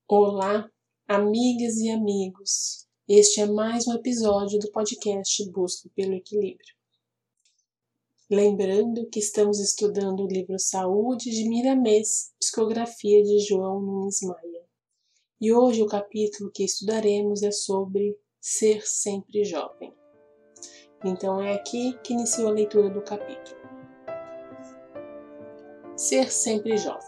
Olá, amigas e amigos. Este é mais um episódio do podcast Busca pelo Equilíbrio. Lembrando que estamos estudando o livro Saúde de Miramês, psicografia de João Nunes Maia. E hoje o capítulo que estudaremos é sobre ser sempre jovem. Então é aqui que inicio a leitura do capítulo. Ser sempre jovem.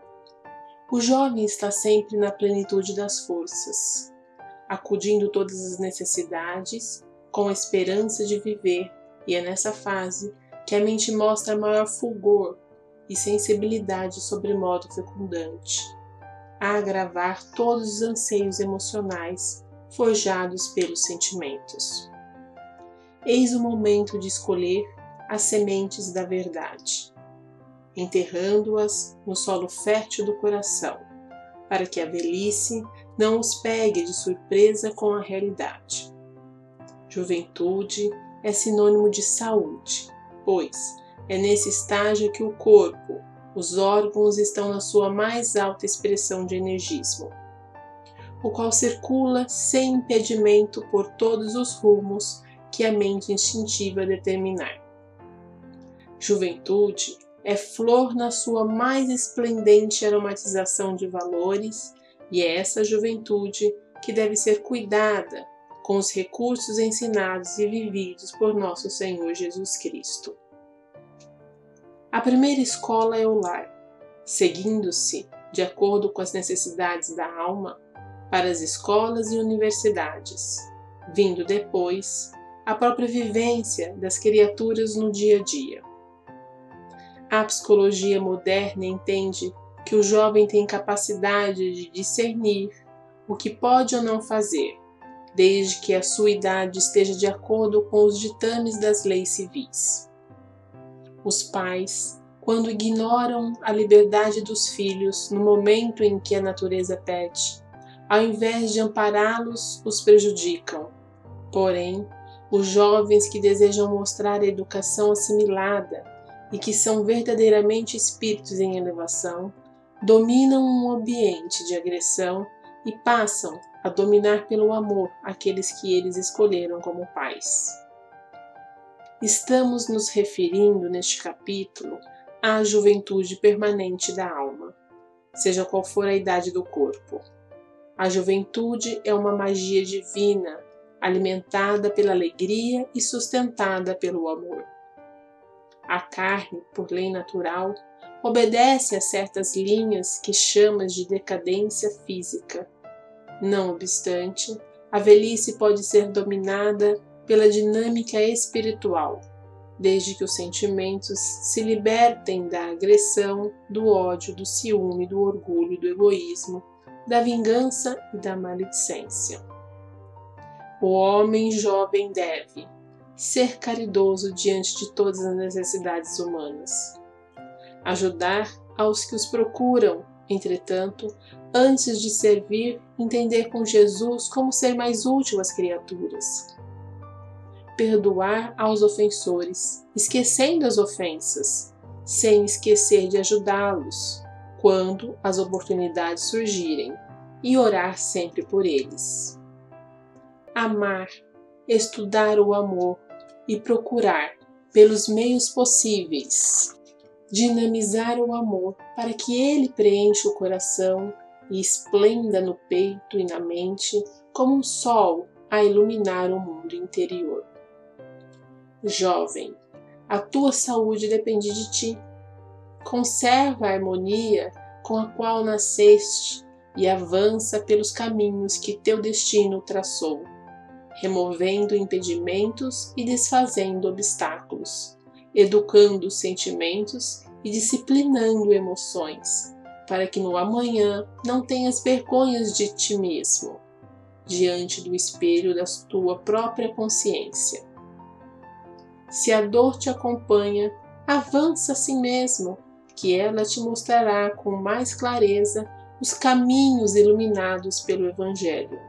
O jovem está sempre na plenitude das forças, acudindo todas as necessidades, com a esperança de viver, e é nessa fase que a mente mostra maior fulgor e sensibilidade sobremodo fecundante, a agravar todos os anseios emocionais forjados pelos sentimentos. Eis o momento de escolher as sementes da verdade, enterrando-as no solo fértil do coração, para que a velhice não os pegue de surpresa com a realidade. Juventude é sinônimo de saúde, pois é nesse estágio que o corpo, os órgãos estão na sua mais alta expressão de energismo, o qual circula sem impedimento por todos os rumos que a mente instintiva determinar. Juventude é flor na sua mais esplendente aromatização de valores, e é essa juventude que deve ser cuidada com os recursos ensinados e vividos por nosso Senhor Jesus Cristo. A primeira escola é o lar, seguindo-se, de acordo com as necessidades da alma, para as escolas e universidades, vindo depois a própria vivência das criaturas no dia a dia. A psicologia moderna entende que o jovem tem capacidade de discernir o que pode ou não fazer, desde que a sua idade esteja de acordo com os ditames das leis civis. Os pais, quando ignoram a liberdade dos filhos no momento em que a natureza pede, ao invés de ampará-los, os prejudicam. Porém, os jovens que desejam mostrar a educação assimilada e que são verdadeiramente espíritos em elevação, dominam um ambiente de agressão e passam a dominar pelo amor aqueles que eles escolheram como pais. Estamos nos referindo neste capítulo à juventude permanente da alma, seja qual for a idade do corpo. A juventude é uma magia divina, alimentada pela alegria e sustentada pelo amor. A carne, por lei natural, obedece a certas linhas que chamas de decadência física. Não obstante, a velhice pode ser dominada pela dinâmica espiritual, desde que os sentimentos se libertem da agressão, do ódio, do ciúme, do orgulho, do egoísmo, da vingança e da maledicência. O homem jovem deve ser caridoso diante de todas as necessidades humanas, ajudar aos que os procuram, entretanto, antes de servir, entender com Jesus como ser mais útil às criaturas, perdoar aos ofensores, esquecendo as ofensas, sem esquecer de ajudá-los quando as oportunidades surgirem, e orar sempre por eles. Amar, estudar o amor e procurar, pelos meios possíveis, dinamizar o amor para que ele preencha o coração e esplenda no peito e na mente como um sol a iluminar o mundo interior. Jovem, a tua saúde depende de ti. Conserva a harmonia com a qual nasceste e avança pelos caminhos que teu destino traçou, removendo impedimentos e desfazendo obstáculos, educando sentimentos e disciplinando emoções, para que no amanhã não tenhas vergonhas de ti mesmo, diante do espelho da tua própria consciência. Se a dor te acompanha, avança a si mesmo, que ela te mostrará com mais clareza os caminhos iluminados pelo Evangelho.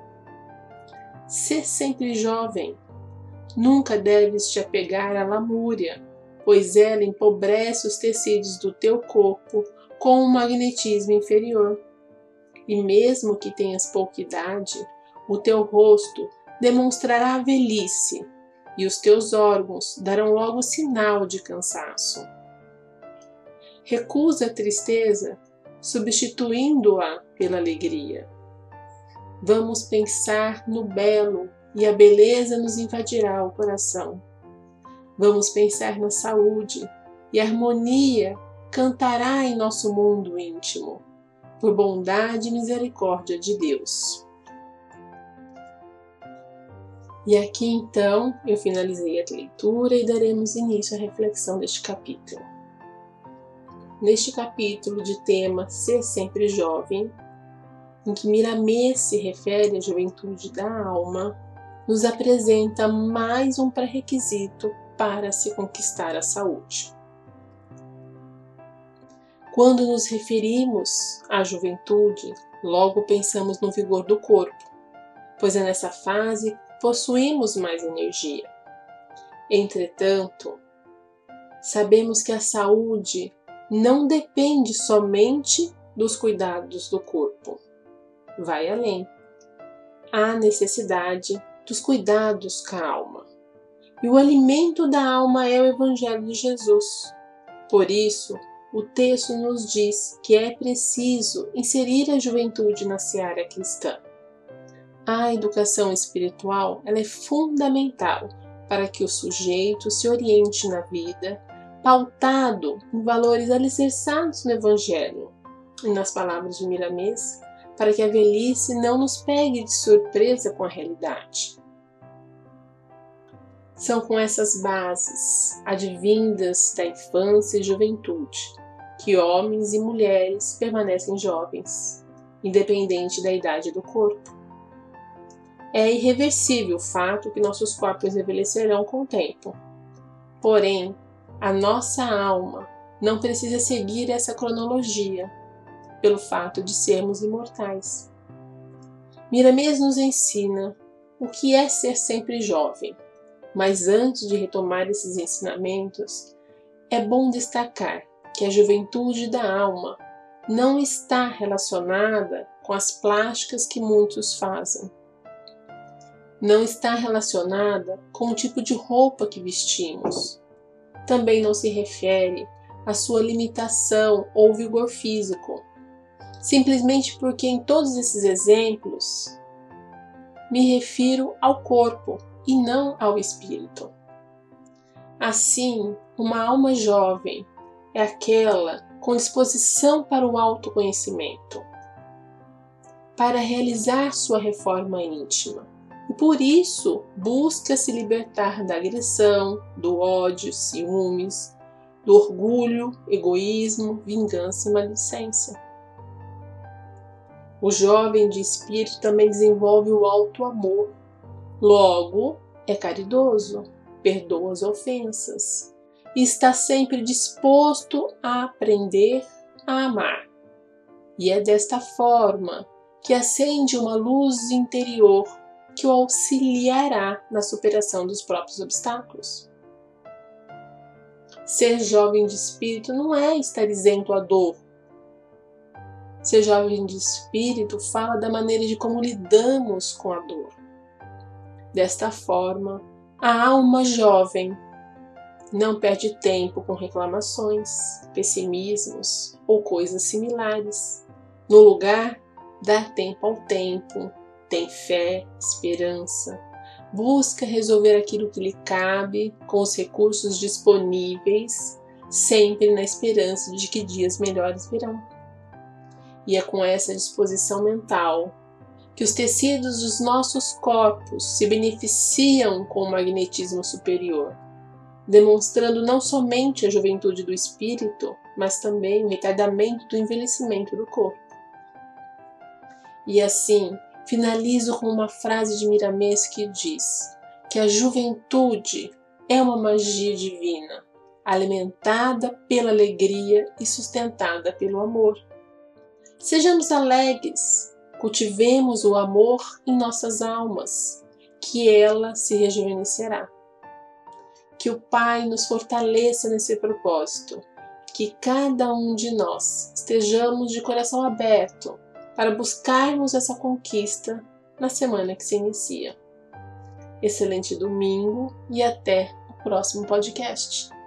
Sê sempre jovem. Nunca deves te apegar à lamúria, pois ela empobrece os tecidos do teu corpo com um magnetismo inferior. e mesmo que tenhas pouca idade, o teu rosto demonstrará a velhice e os teus órgãos darão logo sinal de cansaço. Recusa a tristeza, substituindo-a pela alegria. Vamos pensar no belo e a beleza nos invadirá o coração. Vamos pensar na saúde e a harmonia cantará em nosso mundo íntimo, por bondade e misericórdia de Deus. E aqui então eu finalizei a leitura e daremos início à reflexão deste capítulo. Neste capítulo de tema Ser Sempre Jovem, em que Miramês se refere à juventude da alma, nos apresenta mais um pré-requisito para se conquistar a saúde. Quando nos referimos à juventude, logo pensamos no vigor do corpo, pois é nessa fase que possuímos mais energia. Entretanto, sabemos que a saúde não depende somente dos cuidados do corpo. Vai além. Há necessidade dos cuidados com a alma. E o alimento da alma é o Evangelho de Jesus. Por isso, o texto nos diz que é preciso inserir a juventude na seara cristã. A educação espiritual ela é fundamental para que o sujeito se oriente na vida, pautado em valores alicerçados no Evangelho. E nas palavras de Miramês, para que a velhice não nos pegue de surpresa com a realidade. São com essas bases, advindas da infância e juventude, que homens e mulheres permanecem jovens, independente da idade do corpo. É irreversível o fato que nossos corpos envelhecerão com o tempo. Porém, a nossa alma não precisa seguir essa cronologia, pelo fato de sermos imortais. Miramês nos ensina o que é ser sempre jovem. Mas antes de retomar esses ensinamentos, é bom destacar que a juventude da alma não está relacionada com as plásticas que muitos fazem. Não está relacionada com o tipo de roupa que vestimos. Também não se refere à sua limitação ou vigor físico. Simplesmente porque em todos esses exemplos me refiro ao corpo e não ao espírito. Assim, uma alma jovem é aquela com disposição para o autoconhecimento, para realizar sua reforma íntima, e por isso busca se libertar da agressão, do ódio, ciúmes, do orgulho, egoísmo, vingança e maledicência. O jovem de espírito também desenvolve o alto amor. Logo, é caridoso, perdoa as ofensas e está sempre disposto a aprender a amar. E é desta forma que acende uma luz interior que o auxiliará na superação dos próprios obstáculos. Ser jovem de espírito não é estar isento à dor. Ser jovem de espírito fala da maneira de como lidamos com a dor. Desta forma, a alma jovem não perde tempo com reclamações, pessimismos ou coisas similares. No lugar, dá tempo ao tempo, tem fé, esperança, busca resolver aquilo que lhe cabe com os recursos disponíveis, sempre na esperança de que dias melhores virão. E é com essa disposição mental que os tecidos dos nossos corpos se beneficiam com o magnetismo superior, demonstrando não somente a juventude do espírito, mas também o retardamento do envelhecimento do corpo. E assim, finalizo com uma frase de Miramês que diz que a juventude é uma magia divina, alimentada pela alegria e sustentada pelo amor. Sejamos alegres, cultivemos o amor em nossas almas, que ela se rejuvenescerá. Que o Pai nos fortaleça nesse propósito, que cada um de nós estejamos de coração aberto para buscarmos essa conquista na semana que se inicia. Excelente domingo e até o próximo podcast.